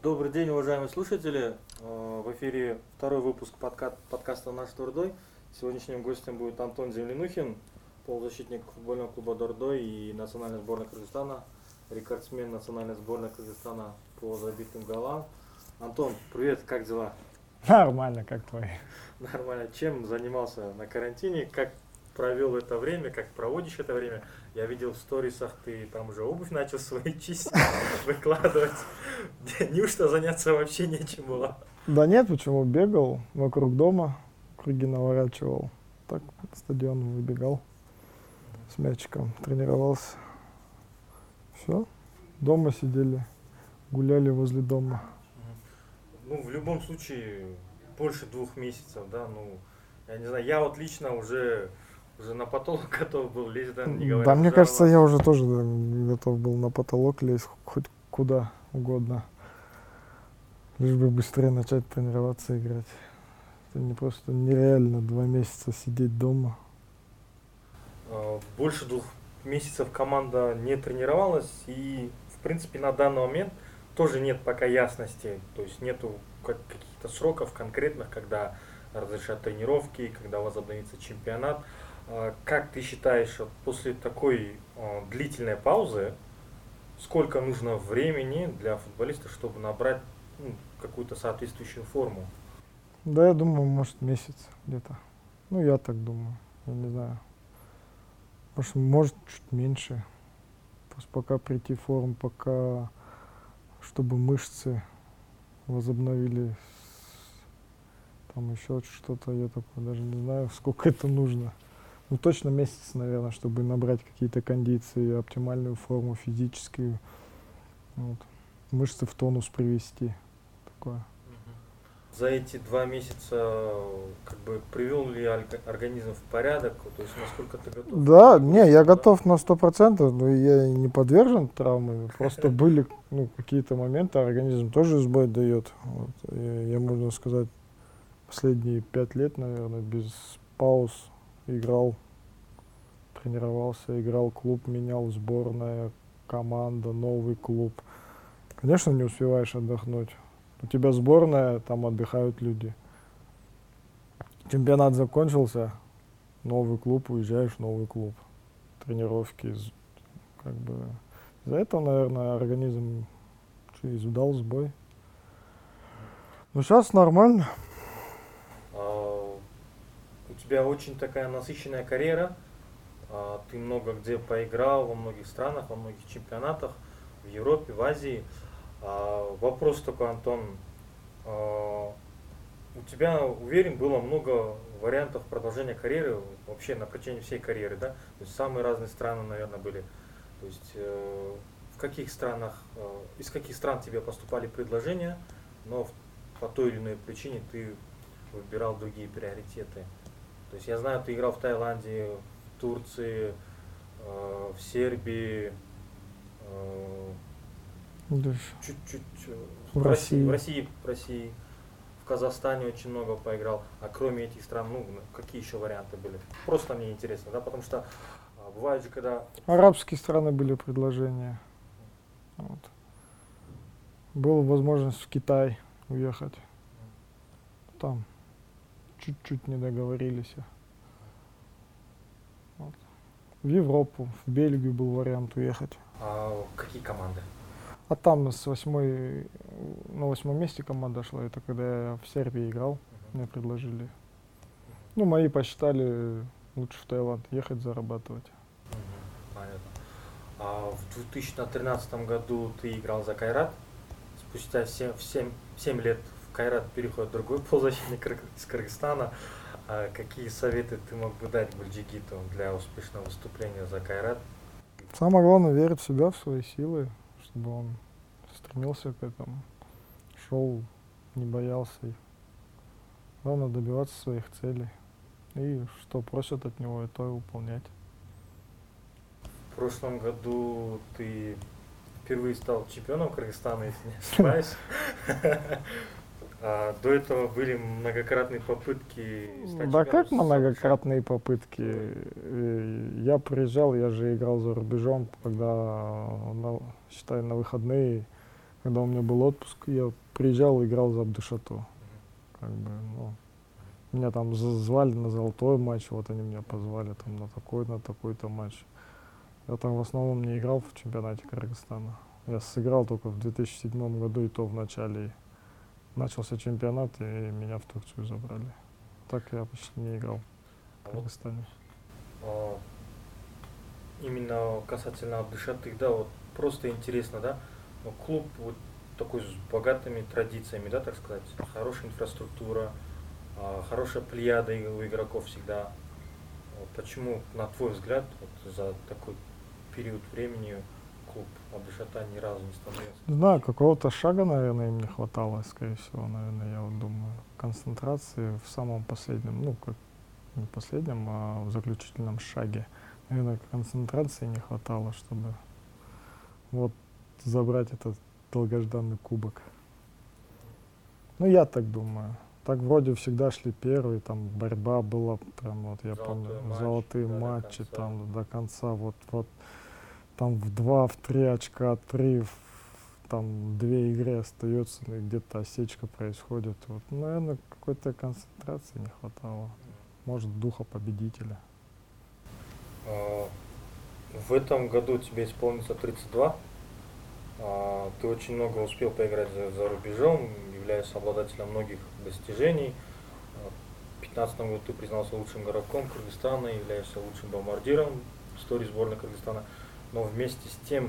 Добрый день, уважаемые слушатели. В эфире второй выпуск подкаста «Наш Дордой». Сегодняшним гостем будет Антон Землянухин, полузащитник футбольного клуба «Дордой» и национальной сборной Кыргызстана, рекордсмен национальной сборной Кыргызстана по забитым голам. Антон, привет, как дела? Нормально, как твои? Нормально. Чем занимался на карантине? Как провел это время? Как проводишь это время? Я видел в сторисах, ты там уже обувь начал свои чистить, выкладывать. Неужто заняться вообще нечем было? Да нет, почему? Бегал вокруг дома, круги наворачивал. Так на стадион выбегал с мячиком, тренировался. Все, дома сидели, гуляли возле дома. Ну, в любом случае, больше 2 месяцев, да, я не знаю, я вот лично уже на потолок готов был лезть, да, не говоря. Да, мне кажется, я уже тоже готов был на потолок лезть хоть куда угодно. Лишь бы быстрее начать тренироваться, играть. Это не просто нереально 2 месяца сидеть дома. Больше 2 месяцев команда не тренировалась, и, в принципе, на данный момент тоже нет пока ясности, то есть нету каких-то сроков конкретных, когда разрешат тренировки, когда возобновится чемпионат. Как ты считаешь, после такой длительной паузы, сколько нужно времени для футболиста, чтобы набрать какую-то соответствующую форму? Да, я думаю, может, месяц где-то. Ну, я так думаю, я не знаю. Может чуть меньше. Просто пока прийти в форму, пока чтобы мышцы возобновились, там еще что-то, я такой даже не знаю, сколько это нужно. Ну, точно месяц, наверное, чтобы набрать какие-то кондиции, оптимальную форму физическую, вот. Мышцы в тонус привести. Такое. За эти 2 месяца привел ли организм в порядок? То есть насколько ты готов? Да, не, я готов на 100%, но я не подвержен травмам. Просто были какие-то моменты, организм тоже сбой дает. Вот. Я, можно сказать, последние 5 лет, наверное, без пауз играл, тренировался, играл, клуб менял, сборная, команда, новый клуб. Конечно, не успеваешь отдохнуть. У тебя сборная, там отдыхают люди. Чемпионат закончился, новый клуб, уезжаешь в новый клуб. Тренировки, из-за этого, наверное, организм дал сбой. Но сейчас нормально. У тебя очень такая насыщенная карьера. Ты много где поиграл, во многих странах, во многих чемпионатах, в Европе, в Азии. Вопрос такой, Антон. У тебя, уверен, было много вариантов продолжения карьеры вообще на протяжении всей карьеры, да? То есть самые разные страны, наверное, были. То есть в каких странах, из каких стран тебе поступали предложения, но по той или иной причине ты выбирал другие приоритеты. То есть я знаю, ты играл в Таиланде, в Турции, в Сербии, чуть-чуть в России, в Казахстане очень много поиграл. А кроме этих стран, какие еще варианты были? Просто мне интересно, да, потому что бывает же, когда... Арабские страны были предложения. Вот. Была возможность в Китай уехать. Там чуть-чуть не договорились. Вот. В Европу, в Бельгию был вариант уехать. А какие команды? А там на 8-м месте команда шла. Это когда я в Сербии играл, мне предложили. Мои посчитали лучше в Таиланд ехать зарабатывать. Понятно. А в 2013 году ты играл за Кайрат. Спустя 7 лет в Кайрат переходит другой полузащитник из Кыргызстана. Какие советы ты мог бы дать Гульджигиту для успешного выступления за Кайрат? Самое главное верить в себя, в свои силы, чтобы он стремился к этому, шел, не боялся. Главное добиваться своих целей. И что просят от него, то и выполнять. В прошлом году ты впервые стал чемпионом Кыргызстана, если не ошибаюсь. До этого были многократные попытки стать Да как чемпионом. многократные попытки? Я приезжал, я же играл за рубежом, когда, считай, на выходные когда у меня был отпуск, я приезжал и играл за Абдушату. Мгм. Как бы, ну, меня там звали на золотой матч, вот они меня позвали там на такой-то матч. Я там в основном не играл в чемпионате Кыргызстана. Я сыграл только в 2007 году, и то в начале. Начался чемпионат, и меня в Турцию забрали. Так я почти не играл в А вот Кыргызстане. а, именно касательно Абдушаты, да, вот просто интересно, да, ну, клуб вот такой с богатыми традициями, да, так сказать, хорошая инфраструктура, хорошая плеяда у игроков всегда. Вот почему, на твой взгляд, вот за такой период времени клуб Абдушата ни разу не становился Не знаю, таким? какого-то шага, наверное, им не хватало, скорее всего, наверное, я вот думаю. Концентрации в самом последнем, ну, как не последнем, а в заключительном шаге. Наверное, концентрации не хватало, чтобы вот забрать этот долгожданный кубок. Ну, я так думаю. Так вроде всегда шли первые, там борьба была, прям вот я помню, Золотой матч, золотые да, до матчи конца. там до конца, вот там в 2, в 3 очка, там 2 игры остается, и где-то осечка происходит. Вот, наверное, какой-то концентрации не хватало. Может, духа победителя. А, В этом году тебе исполнится 32. Ты очень много успел поиграть за рубежом, являешься обладателем многих достижений. В 2015 году ты признался лучшим игроком Кыргызстана, являешься лучшим бомбардиром в истории сборной Кыргызстана. Но вместе с тем,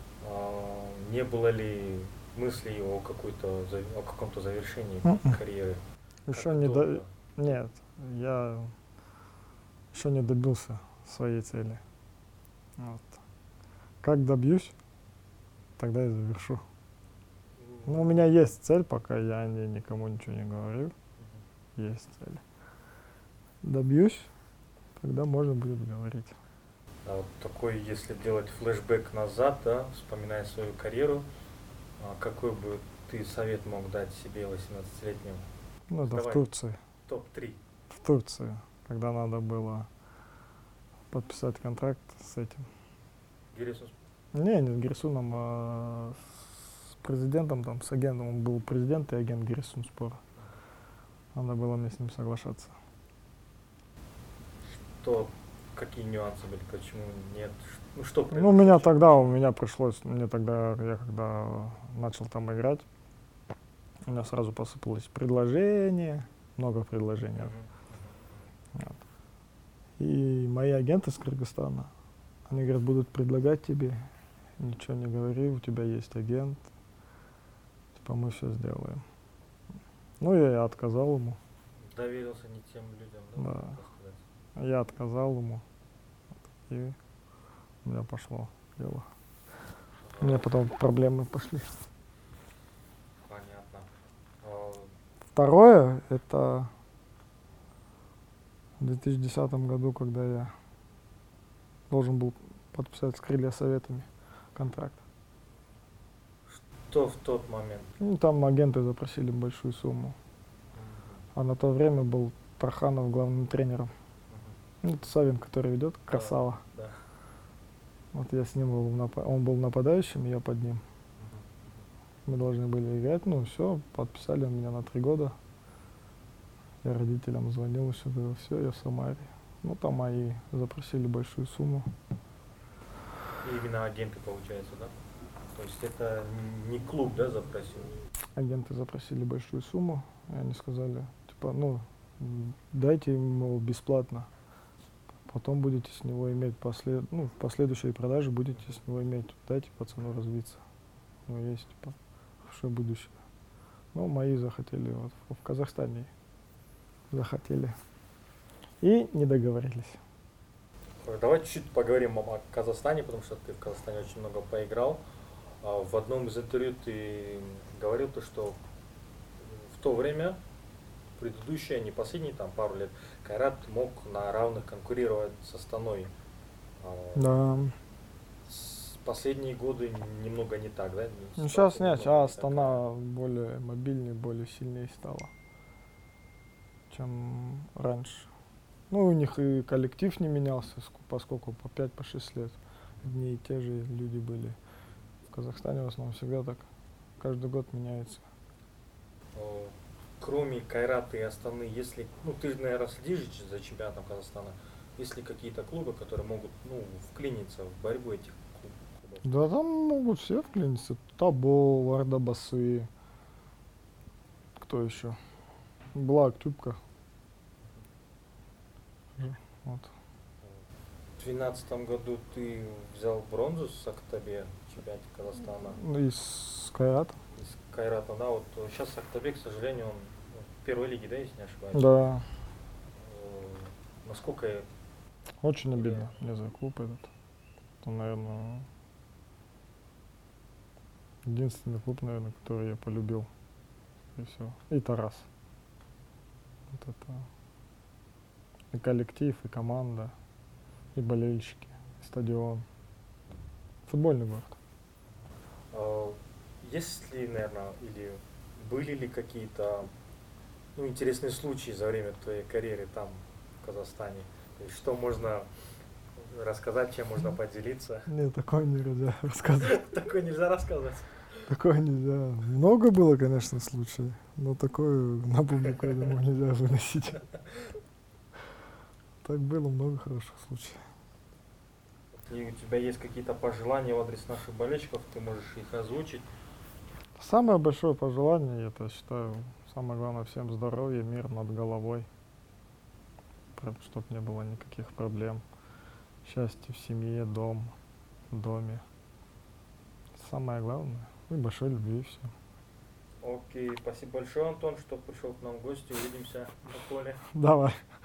не было ли мыслей о каком-то завершении Мгм. карьеры? Еще Как не до... долго? Нет, я еще не добился своей цели. Вот. Как добьюсь, тогда и завершу. Ну, у меня есть цель, пока я о ней никому ничего не говорю. Есть цель. Добьюсь, тогда можно будет говорить. А вот такой, если делать флешбэк назад, да, вспоминая свою карьеру, какой бы ты совет мог дать себе 18-летнему? Ну, это в Давай, Турции. топ-3. В Турции, когда надо было подписать контракт с этим. Гирисус. Не с Гирсуном, а с президентом, там, с агентом. Он был президент и агент Гирсунспора. Надо было мне с ним соглашаться. Какие нюансы были, почему нет? Ну, что Ну, у меня произошло? тогда, я когда начал там играть, у меня сразу посыпалось предложение, много предложений. Мгм, Вот. И мои агенты из Кыргызстана, они говорят, будут предлагать тебе, ничего не говори, у тебя есть агент, типа мы все сделаем. Ну, я отказал ему, Доверился не тем людям, да, да, можно так сказать. я отказал ему, и у меня пошло дело. У меня потом проблемы пошли. Понятно. А, Второе, это в 2010 году, когда я должен был подписать с Крылья Советами контракт. Что в тот момент? Ну, там агенты запросили большую сумму. А на то время был Тарханов главным тренером. Ну, это Савин, который ведет, красава. Да. Вот я с ним был, он был нападающим, я под ним. Мы должны были играть, ну все, подписали меня на 3 года. Я родителям звонил, еще говорил, все, я в Самаре. Ну, там мои запросили большую сумму. И именно агенты, получается, да? То есть это не клуб, да, запросил? Агенты запросили большую сумму, и они сказали, типа, ну, дайте ему бесплатно. Потом будете с него иметь, в последующей продаже будете с него иметь, дайте пацану развиться. У него есть, типа, хорошее будущее. Ну, мои захотели, вот, в Казахстане захотели. И не договорились. Давай чуть-чуть поговорим о Казахстане, потому что ты в Казахстане очень много поиграл. В одном из интервью ты говорил то, что в то время, предыдущие, не последние там пару лет, Кайрат мог на равных конкурировать с Астаной. Да. Последние годы немного не так, да? Ну, сейчас Ситуация нет, немного сейчас не такая. Астана более мобильнее, более сильнее стала, чем раньше. Ну, у них и коллектив не менялся, поскольку по 5-6 лет одни и те же люди были. В Казахстане в основном всегда так. каждый год меняется. Кроме Кайрата и Астаны, если, ну ты же, наверное, следишь за чемпионатом Казахстана, есть ли какие-то клубы, которые могут, ну, вклиниться в борьбу этих клубов? Да там могут все вклиниться. Тобол, Ардабасы. Кто еще? Блак, Тюбка. Вот. В 2012 году ты взял бронзу с Актобе, чемпионате Казахстана. Ну, из Кайрата. Из Кайрата, да, вот сейчас Актобе, к сожалению, он в первой лиге, да, если не ошибаюсь. Да. Насколько Очень обидно мне за клуб этот. Это, наверное, единственный клуб, наверное, который я полюбил. И все. И Тарас. Вот это. И коллектив, и команда, и болельщики, и стадион. Футбольный город. есть ли, наверное, или были ли какие-то, ну, интересные случаи за время твоей карьеры там, в Казахстане? То есть, что можно рассказать, чем можно поделиться? Нет, такое нельзя рассказывать. Такое нельзя рассказывать. Такое нельзя. Много было, конечно, случаев, но такое на публику, я думаю, нельзя выносить. Так было много хороших случаев. И у тебя есть какие-то пожелания в адрес наших болельщиков, ты можешь их озвучить. Самое большое пожелание, я это считаю, самое главное, всем здоровья, мир над головой, чтобы не было никаких проблем, счастья в семье, в доме. Самое главное, и большой любви, и все. Окей, спасибо большое, Антон, что пришел к нам в гости. Увидимся на поле. Давай.